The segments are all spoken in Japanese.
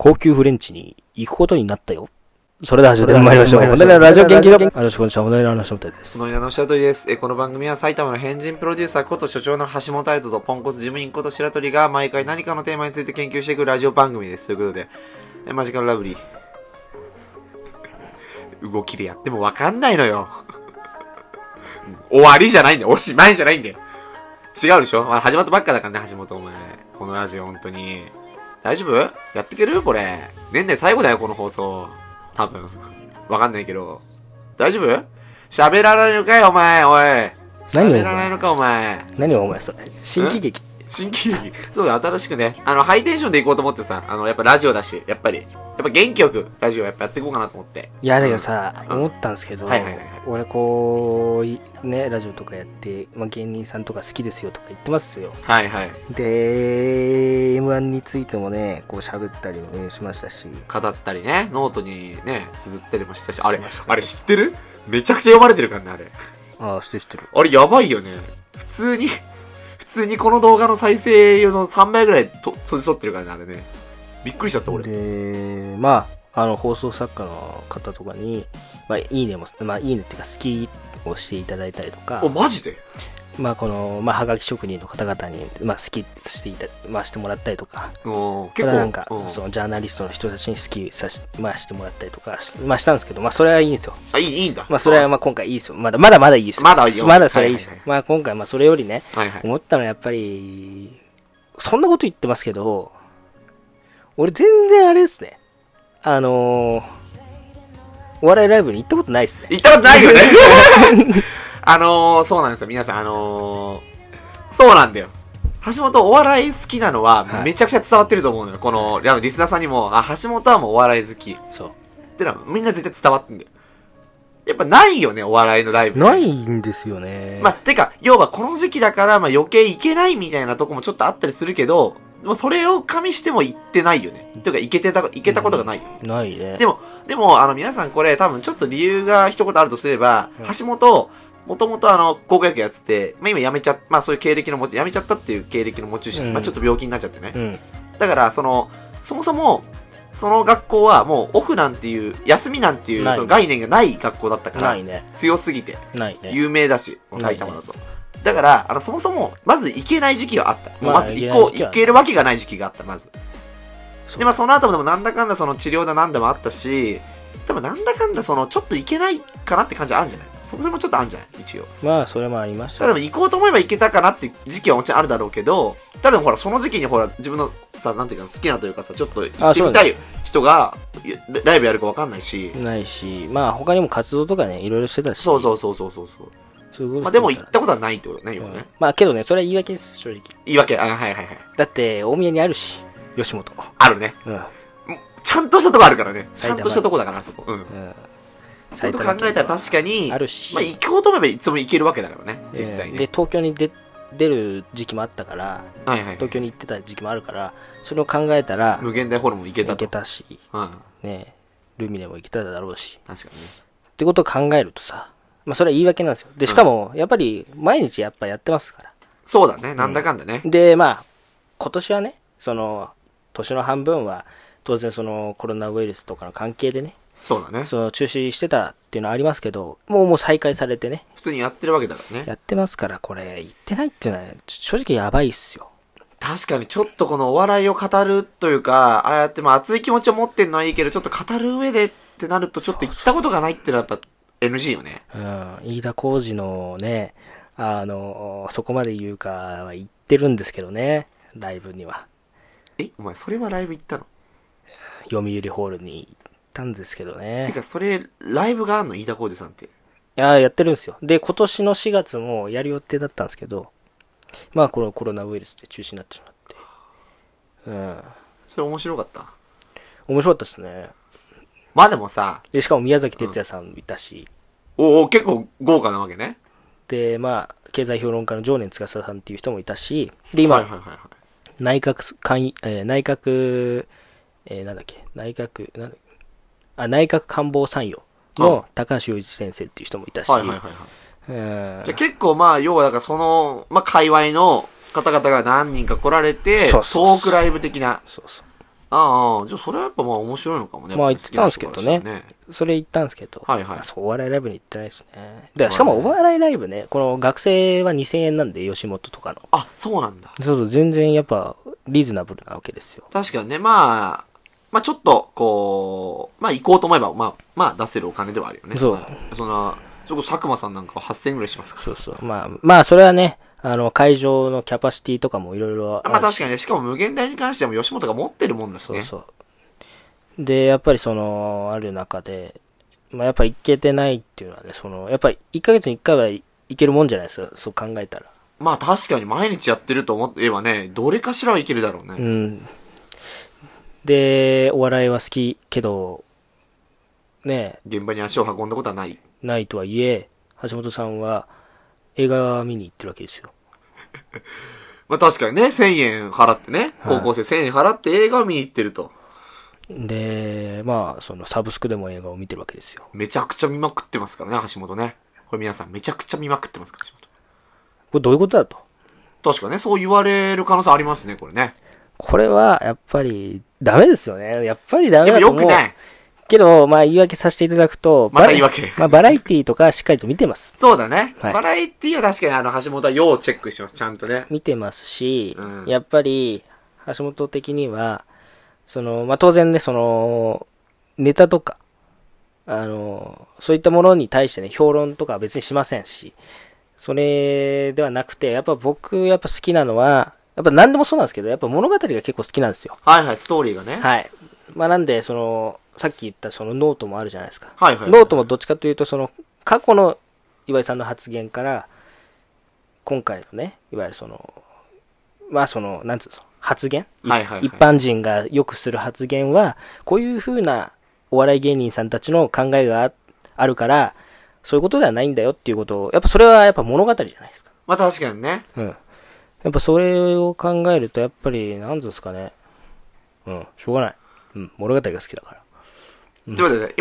高級フレンチに行くことになったよ。それでは始めてまいりましょう。モデルラジオ研究所。よろしくお願いします。モデルの橋本です。 モデルの白鳥です。この番組は埼玉の変人プロデューサーこと所長の橋本愛人とポンコツ事務員こと白鳥が毎回何かのテーマについて研究していくラジオ番組です。ということで、マジカルラブリー。動きでやってもわかんないのよ。終わりじゃないんだよ。おしまいじゃないんだよ。違うでしょ、まあ、始まったばっかだからね、橋本お前。このラジオ本当に。大丈夫やっていけるこれ。年内最後だよ、この放送。多分。わかんないけど。大丈夫喋らないのかい、お前、おい。喋らないのか、お前。 何をお前それ。新喜劇。 新喜劇。そうだ、新しくね。ハイテンションで行こうと思ってさ、やっぱラジオだし、やっぱ元気よく、ラジオやっぱやっていこうかなと思って。 いや、だけどさ、思ったんですけど、 はいはいはい。 俺こう、ね、ラジオとかやって、まあ、芸人さんとか好きですよとか言ってますよ。 はいはい。 で、M1 についてもね、こう喋ったりもしましたし。 語ったりね、ノートにね、綴ったりもしたし、あれ知ってる？めちゃくちゃ読まれてるからね、あれ。 ああ、知ってる。 あれやばいよね。普通にこの動画の再生の3倍ぐらい閉じ取ってるからね、あれね。びっくりしちゃった、俺。 で、まあ、放送作家の方とかに、まあ、いいねも、まあ、いいねっていうか、好きをしていただいたりとか。 お、マジで？ まあ、この、まあ、はがき職人の方々に、まあ、好きしてもらったりとか。 結構。 なんか、その、ジャーナリストの人たちに好きしてもらったりとか、まあ、したんですけど、まあ、それはいいんですよ。 あ、いいんだ。 まあ、それは、まあ、今回いいですよ。まだいいですよ。 まだいいよ。 まだそれはいいですよ。 はいはいはい、 まあ、今回、まあ、それよりね、 はいはい、 思ったのはやっぱり、そんなこと言ってますけど、俺全然あれですね。お笑いライブに行ったことないですね。 行ったことないよね。そうなんですよ、皆さん。そうなんだよ。橋本お笑い好きなのはめちゃくちゃ伝わってると思うのよ。この、リスナーさんにも、橋本はもうお笑い好き。 そう。 ってのはみんな絶対伝わってんだよ。やっぱないよね、お笑いのライブ。 ないんですよね。 まあ、てか、要はこの時期だから、まあ余計行けないみたいなとこもちょっとあったりするけど、でもそれを加味しても行ってないよね。というか、行けたことがないよね。 ないね。 でも、皆さんこれ多分ちょっと理由が一言あるとすれば、橋本、もともと高校野球やってて、まあ今まあそういう経歴の辞めちゃったっていう経歴の持ち主、まあちょっと病気になっちゃってね。だから、そもそも、その学校はもうオフなんていう、休みなんていうその概念がない学校だったから、強すぎて、有名だし、埼玉だと。だから、そもそも、まず行けない時期はあった。まず行けるわけがない時期があった、まず。で、まあその後もでもなんだかんだその治療だなんだもあったし、多分なんだかんだちょっと行けないかなって感じあるんじゃない？それもちょっとあるんじゃない一応。 まあ、それもありました。 ただ行こうと思えば行けたかなって時期はもちろんあるだろうけど、ただほら、その時期にほら、自分のさ、なんていうか好きなというかさ、ちょっと行ってみたい人が、ライブやるか分かんないし。 ないし、まあ他にも活動とかね、いろいろしてたし。 そう。まあでも行ったことはないってことね、今ね。 まあけどね、それは言い訳です、正直。 言い訳、はい。 だって、大宮にあるし、吉本。 あるね。ちゃんとしたとこあるからね。ちゃんとしたとこだから、そこ。ちょっと考えたら確かに、 あるし、 まあ行こうと思えばいつも行けるわけだからね、実際に。 で、東京に出る時期もあったから、東京に行ってた時期もあるから、それを考えたら、 無限大ホルモン行けたと。 行けたし、ね、ルミネも行けただろうし。 確かにね。 ってことを考えるとさ、まあそれは言い訳なんですよ。で、しかも、やっぱり、毎日やっぱやってますから。 そうだね、なんだかんだね。 で、まあ、今年はね、年の半分は、当然コロナウイルスとかの関係でね、 そうだね。 中止してたっていうのはありますけど、もう再開されてね。 普通にやってるわけだからね。 やってますから、これ、言ってないっていうのは、正直やばいっすよ。 確かに、ちょっとこのお笑いを語るというか、ああやって熱い気持ちを持ってんのはいいけど、ちょっと語る上でってなると、ちょっと行ったことがないっていうのはやっぱ NG よね。 飯田浩二のね、そこまで言うかは言ってるんですけどね、ライブには。 お前、それはライブ行ったの？ 読売ホールに行ったんですけどね。 てか、それ、ライブがあんの？飯田浩二さんって。 やってるんですよ。で、今年の4月もやる予定だったんですけど、まあ、このコロナウイルスで中止になっちまって。 それ面白かった？ 面白かったですね。 まあでもさ。 で、しかも宮崎哲也さんいたし。 結構豪華なわけね。 で、まあ、経済評論家の常年司さんっていう人もいたし、で、今、内閣官房参与の高橋洋一先生っていう人もいたし、じゃ結構まあ、要はだからまあ、界隈の方々が何人か来られて、トークライブ的な。 ああ、じゃあそれはやっぱまあ面白いのかもね。 まあ言ってたんですけどね。それ言ったんですけど。 はいはい。 そう、お笑いライブに行ってないですね。で、しかもお笑いライブね、この学生は2000円なんで、吉本とかの。 あ、そうなんだ。 そうそう、全然やっぱ、リーズナブルなわけですよ。 確かにね、まあちょっと、こう、まあ行こうと思えば、まあ出せるお金ではあるよね。 そう。 その佐久間さんなんかは8000円ぐらいしますから。 そうそう。まあそれはね、会場のキャパシティとかもいろいろまあ確かにね、しかも無限大に関しても吉本が持ってるもんだしね。 そうそう。で、やっぱりある中で、まあやっぱ行けてないっていうのはね、やっぱり1ヶ月に1回は行けるもんじゃないですか、そう考えたら。 まあ確かに毎日やってると思えばね、どれかしらはいけるだろうね。 うん。で、お笑いは好きけど、ね、 現場に足を運んだことはない。 ないとはいえ、橋本さんは映画見に行ってるわけですよ。 まあ確かにね、1000円払ってね、高校生1000円払って映画を見に行ってると。 で、まあ、サブスクでも映画を見てるわけですよ。 めちゃくちゃ見まくってますからね、橋本ね。これ皆さんめちゃくちゃ見まくってますから、橋本。 これどういうことだと。 確かね、そう言われる可能性ありますね、これね。 これは、やっぱり、ダメですよね。やっぱりダメだと思う。 よくない。 けど、まあ、言い訳させていただくと、 また言い訳。 まあ、バラエティとかしっかりと見てます。 そうだね。 はい、 バラエティは確かに橋本は要チェックしてます、ちゃんとね。 見てますし、 うん、 やっぱり、橋本的には、まあ、当然ね、ネタとか、そういったものに対してね、評論とかは別にしませんし、それではなくて、やっぱ僕、やっぱ好きなのは、やっぱ何でもそうなんですけど、やっぱ物語が結構好きなんですよ。 はいはい、ストーリーがね。 はい。まあなんで、さっき言ったノートもあるじゃないですか。 はいはい。 ノートもどっちかというと、過去の岩井さんの発言から、今回のね、いわゆるまあなんつうの、発言、 はいはいはい、 一般人がよくする発言は、こういう風なお笑い芸人さんたちの考えがあるから、そういうことではないんだよっていうことを、やっぱそれはやっぱ物語じゃないですか。 まあ確かにね。 うん。やっぱそれを考えると、やっぱり、なんですかね。うん、しょうがない。うん、物語が好きだから。 ちょっと待って、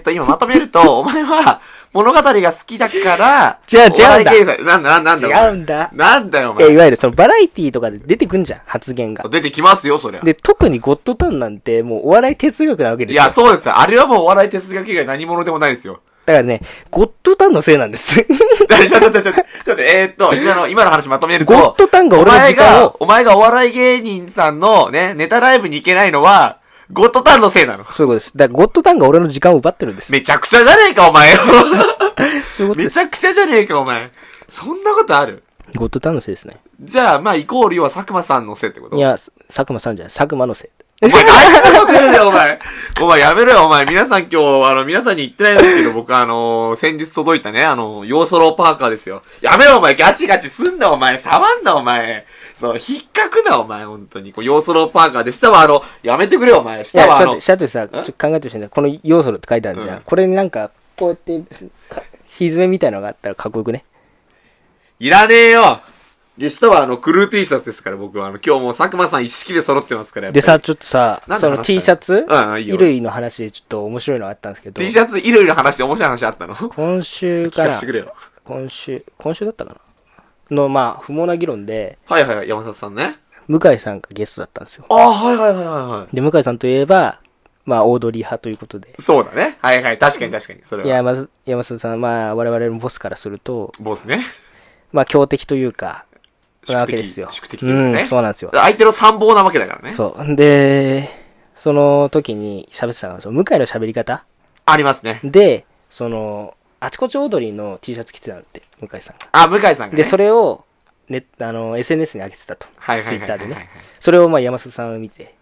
今まとめると、お前は物語が好きだから、 違うんだ。 なんだ違うんだ。 なんだよ、お前。 いわゆるバラエティとかで出てくんじゃん、発言が。 出てきますよ、そりゃ。 で、特にゴッドタンなんて、もうお笑い哲学なわけですよ。 いや、そうですよ。あれはもうお笑い哲学以外何者でもないですよ。 だからね、ゴッドタンのせいなんです。 ちょっと、今の話まとめると、 ゴッドタンが俺の時間を、 お前がお笑い芸人さんのね、ネタライブに行けないのは、ゴッドタンのせいなの。 そういうことです。だからゴッドタンが俺の時間を奪ってるんです。 めちゃくちゃじゃねえか、お前よ。 そういうことです。 めちゃくちゃじゃねえか、お前。そんなことある？ ゴッドタンのせいですね。 じゃあ、まあ、イコール要は佐久間さんのせいってこと？ いや、佐久間さんじゃない、佐久間のせい。 お前、何言ってるんだよ、お前。お前、やめろよ、お前。皆さん今日、皆さんに言ってないんですけど、僕先日届いたね、ヨーソロパーカーですよ。やめろ、お前。ガチガチすんな、お前。触んな、お前。そう、引っかくな、お前、本当に。ヨーソロパーカーで、下はやめてくれよ、お前。下は下ってさ、ちょっと考えてほしいんだよ。このヨーソロって書いてあるじゃん。これになんか、こうやって、ひずめみたいなのがあったらかっこよくね。 いらねえよ。で、下はクルー T シャツですから、僕は。今日も佐久間さん一式で揃ってますから。 でさ、ちょっとさ、T シャツ衣類の話でちょっと面白いのがあったんですけど。 T シャツ衣類の話で面白い話あったの？ 今週から、今週だったかなの、まあ、不毛な議論で。 はいはい、山里さんね。 向井さんがゲストだったんですよ。 ああ、はい。 で、向井さんといえば、まあ、オードリー派ということで。 そうだね。はい、確かに、それは。 いや、まず、山里さん、まあ、我々のボスからすると。 ボスね。 まあ、強敵というか、なわけですよ。 宿敵というかね。 そうなんですよ。 相手の参謀なわけだからね。 そう。で、その時に喋ってたのが、向井の喋り方ありますね。 で、あちこちオードリーの T シャツ着てたんって、向井さんが。 あ、向井さんが、ね。 で、それを、SNS に上げてたと。 はい。 ツイッターでね。それをまあ山里さんが見て。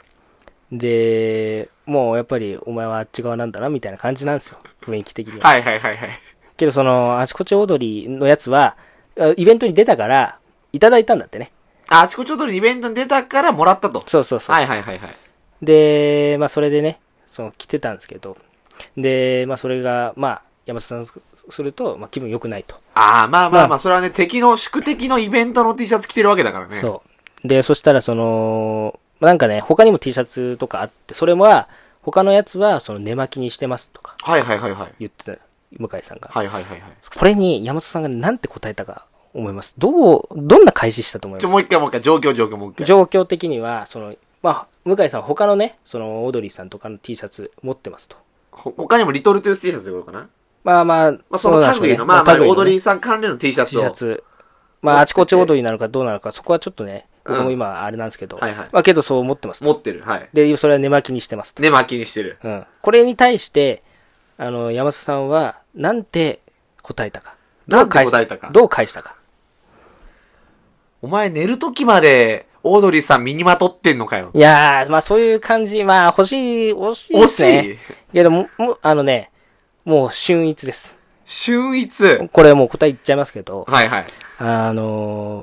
で、もうやっぱりお前はあっち側なんだな、みたいな感じなんですよ。雰囲気的には。 はい。 けどあちこちオードリーのやつは、イベントに出たから、いただいたんだってね。 あちこちオードリーイベントに出たからもらったと。 そう。 はい。 で、まあそれでね、来てたんですけど。で、まあそれが、まあ、山里さんすると、まあ気分良くないと。 まあ、それはね、宿敵のイベントの T シャツ着てるわけだからね。 そう。で、そしたらなんかね、他にも T シャツとかあって、それは、他のやつは、寝巻きにしてますとか。 はい。 言ってた、向井さんが。 はい。 これに、山里さんがなんて答えたか思います。どんな開始したと思います？ もう一回、状況もう一回。 状況的には、 向井さん他のね、そのオードリーさんとかの T シャツ持ってますと。 他にもリトルトゥース T シャツってことかな。その類の、オードリーさん関連の T シャツを。 T シャツ。あちこちオードリーなのかどうなのか、そこはちょっとね、僕も今あれなんですけど。 はいはい。 けどそう思ってます。 持ってる。はい。 で、それは寝巻きにしてます。 寝巻きにしてる。 これに対して、山里さんは、なんて答えたか。 なんて答えたか。 どう返したか。 お前寝るときまで、オードリーさん身にまとってんのかよ。 いやー、そういう感じ、惜しいですね。惜しい。けどもう秀逸です。 秀逸。 これもう答え言っちゃいますけど。 はいはい。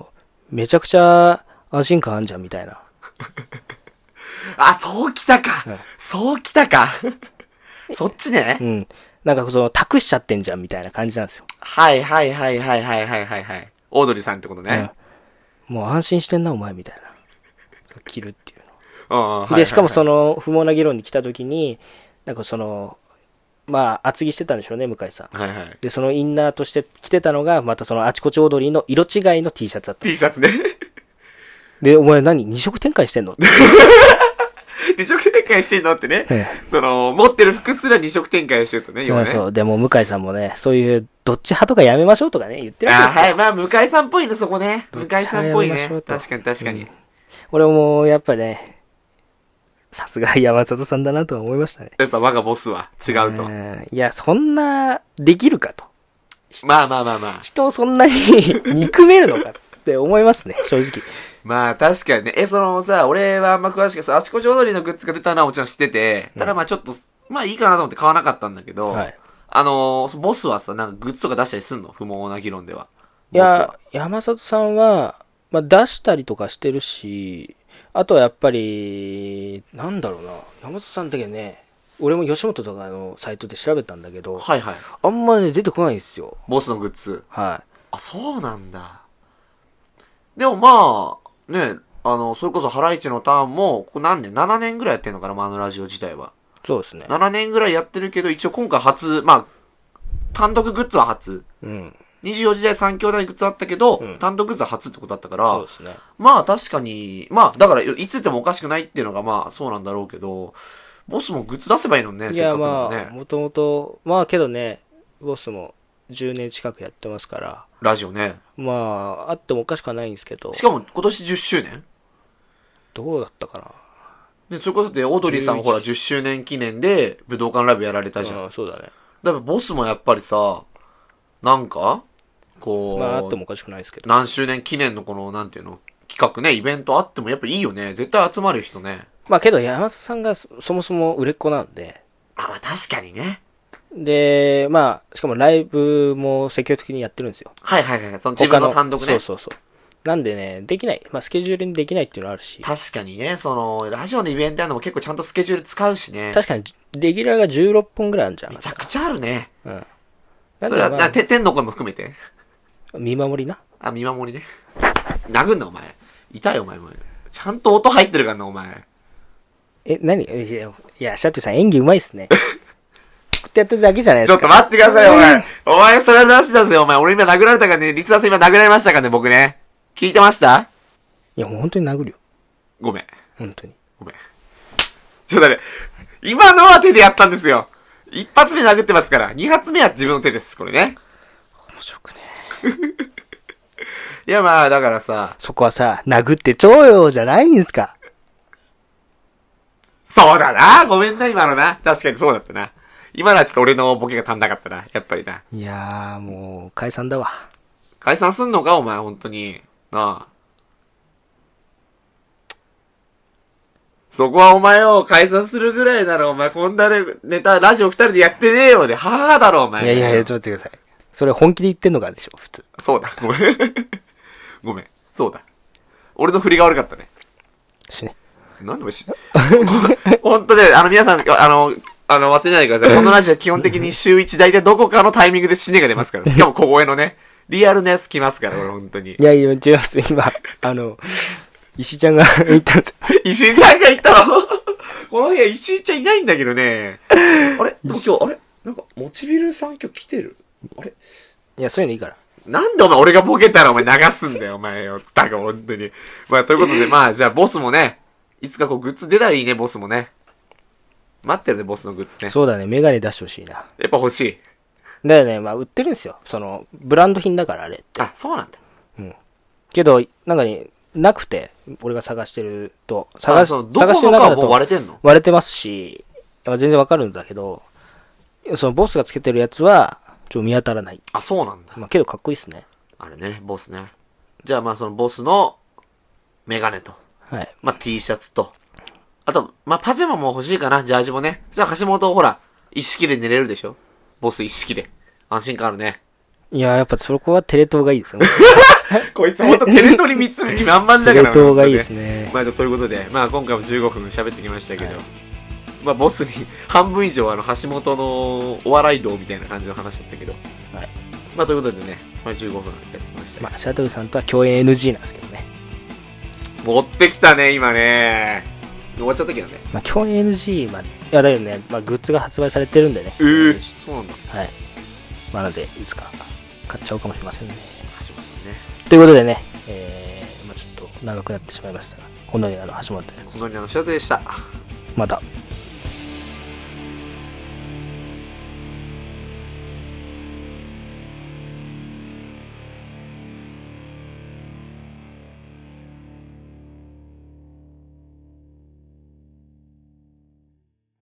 めちゃくちゃ安心感あんじゃんみたいな。 そうきたか。そうきたか。そっちね。 うん。なんか託しちゃってんじゃんみたいな感じなんですよ。 はいはいはいはいはいはいはいはい。オードリーさんってことね。 もう安心してんなお前みたいな。着るっていうの。 で、しかも不毛な議論に来た時に、なんか厚着してたんでしょうね、向井さん。 はいはい。 で、そのインナーとして着てたのが、またあちこちオードリーの色違いの T シャツだった。 T シャツね。 で、お前二色展開してんの二色展開してんのってね。持ってる服すら二色展開してるとね、 要はね。そう。でも向井さんもね、そういう、どっち派とかやめましょうとかね、言ってるわけですよ。 はい。向井さんっぽいね、そこね。向井さんっぽいね。確かに確かに。 俺も、やっぱね、さすが山里さんだなとは思いましたね。 やっぱ我がボスは違うと。 いや、そんな、できるかと。人をそんなに憎めるのかって思いますね、正直。 確かにね。俺はあんま詳しく、あちこちオードリーのグッズが出たのはもちろん知ってて、ただちょっと、いいかなと思って買わなかったんだけど、はい。ボスはなんかグッズとか出したりすんの？不毛な議論では。 いや、山里さんは、出したりとかしてるし、あとはやっぱり、なんだろうな、山里さんだけね、俺も吉本とかのサイトで調べたんだけど、 はいはい。 あんまね、出てこないんですよ。 ボスのグッズ。 はい。 そうなんだ。でもね、それこそハライチのターンも、何年 ?7 年ぐらいやってんのかな、あのラジオ自体は。 そうですね。 7年ぐらいやってるけど、一応今回初、単独グッズは初。 うん。 24時代3兄弟グッズあったけど、単独グッズは初ってことだったから、 そうですね。 確かに、だから、いつ出てもおかしくないっていうのがそうなんだろうけど、ボスもグッズ出せばいいのね、せっかくのね。 もともと、けどね、ボスも10年近くやってますから。 ラジオね。 あってもおかしくはないんですけど。 しかも今年10周年どうだったかな。で、それこそで、オードリーさんほら10周年記念で武道館ライブやられたじゃん。 そうだね。 だからボスもやっぱりさ、なんかあってもおかしくないですけど。 何周年記念のなんていうの、企画ね、イベントあってもやっぱいいよね。絶対集まる人ね。 けど山里さんがそもそも売れっ子なんで。 確かにね。 で、しかもライブも積極的にやってるんですよ。 はいはいはい。その自分の単独ね。 そう。なんでね、できない。スケジュールにできないっていうのはあるし。 確かにね、ラジオのイベントやるのも結構ちゃんとスケジュール使うしね。 確かに、レギュラーが16本ぐらいあるじゃん。 めちゃくちゃあるね。 うん。 それは、天の声も含めて。 見守りな。 見守りね。殴んな、お前。痛い、お前。ちゃんと音入ってるからな、お前。 何いや、シャトゥさん演技うまいっすね。ってやってるだけじゃないですか。 ちょっと待ってくださいよ、お前。お前、それはなしだぜ、お前。俺今殴られたからね、リスナーさん今殴られましたからね、僕ね。聞いてました？ いや、もう本当に殴るよ。 ごめん。 本当に。 ごめん。ちょっとね、今のは手でやったんですよ。一発目殴ってますから、二発目は自分の手です、これね。 面白くね。 いや、だからさ。 そこはさ、殴ってちょうよじゃないんですか。 そうだな。ごめんな、今のな。確かにそうだったな。今のはちょっと俺のボケが足んなかったな。やっぱりな。 いやー、もう、解散だわ。 解散すんのか、お前、本当に。なあ。そこはお前を解散するぐらいだろ、お前。こんなネタ、ラジオ二人でやってねえよで、はぁだろ、お前。 いや、ちょっと待ってください。それ本気で言ってんのかでしょ、普通。 そうだ、ごめん。ごめん。そうだ。俺の振りが悪かったね。なんでもほんとね、皆さん、忘れないでください。このラジオ基本的に週1大体どこかのタイミングで死ねが出ますから。しかも小声のね、リアルなやつ来ますから、俺ほんとに。 いや、違います。今、石井ちゃんが言ったんですよ。 石井ちゃんが言ったのこの部屋石井ちゃんいないんだけどね。あれでも今日、なんか、モチビルさん今日来てるあれいや、そういうのいいから。 なんでお前俺がボケたらお前流すんだよ、お前よ。だからほんとに。ということで、じゃあボスもね、 いつかこうグッズ出たらいいね、ボスもね。待ってるね、ボスのグッズね。 そうだね、メガネ出してほしいな。 やっぱ欲しい。 だよね、まあ売ってるんですよ。その、ブランド品だからあれって。 あ、そうなんだ。 けど、なんかね、なくて、俺が探してると、 探してる中だと割れてんの？ 割れてますし、全然わかるんだけど、そのボスがつけてるやつは、見当たらない。 あ、そうなんだ。 まあけどかっこいいっすね。 あれね、ボスね。じゃあまあそのボスのメガネと。 はい。 まあ T シャツと。あと、まあパジャマも欲しいかな、ジャージもね。じゃあ橋本ほら、一式で寝れるでしょ？ボス一式で。安心感あるね。 いやー、やっぱそこはテレ東がいいですよね。 こいつほんとテレ東に見つめに満々だから。 テレ東がいいですね。 まあということで、まあ今回も15分喋ってきましたけど、まあボスに半分以上橋本のお笑い道みたいな感じの話だったけど、 はい。 まあということでね、まあ15分やってきました。 まあシャトルさんとは共演 NG なんですけどね。 持ってきたね、今ね。終わっちゃったけどね。 まあ共演 NG、まあ、いやだよね、まあグッズが発売されてるんでね。 そうなんだ。 はい。まあなので、いつか買っちゃうかもしれませんね。 橋本さんね。 ということでね、まあちょっと長くなってしまいましたが、ほんのり橋本です。 ほんのりシャトルでした。 また。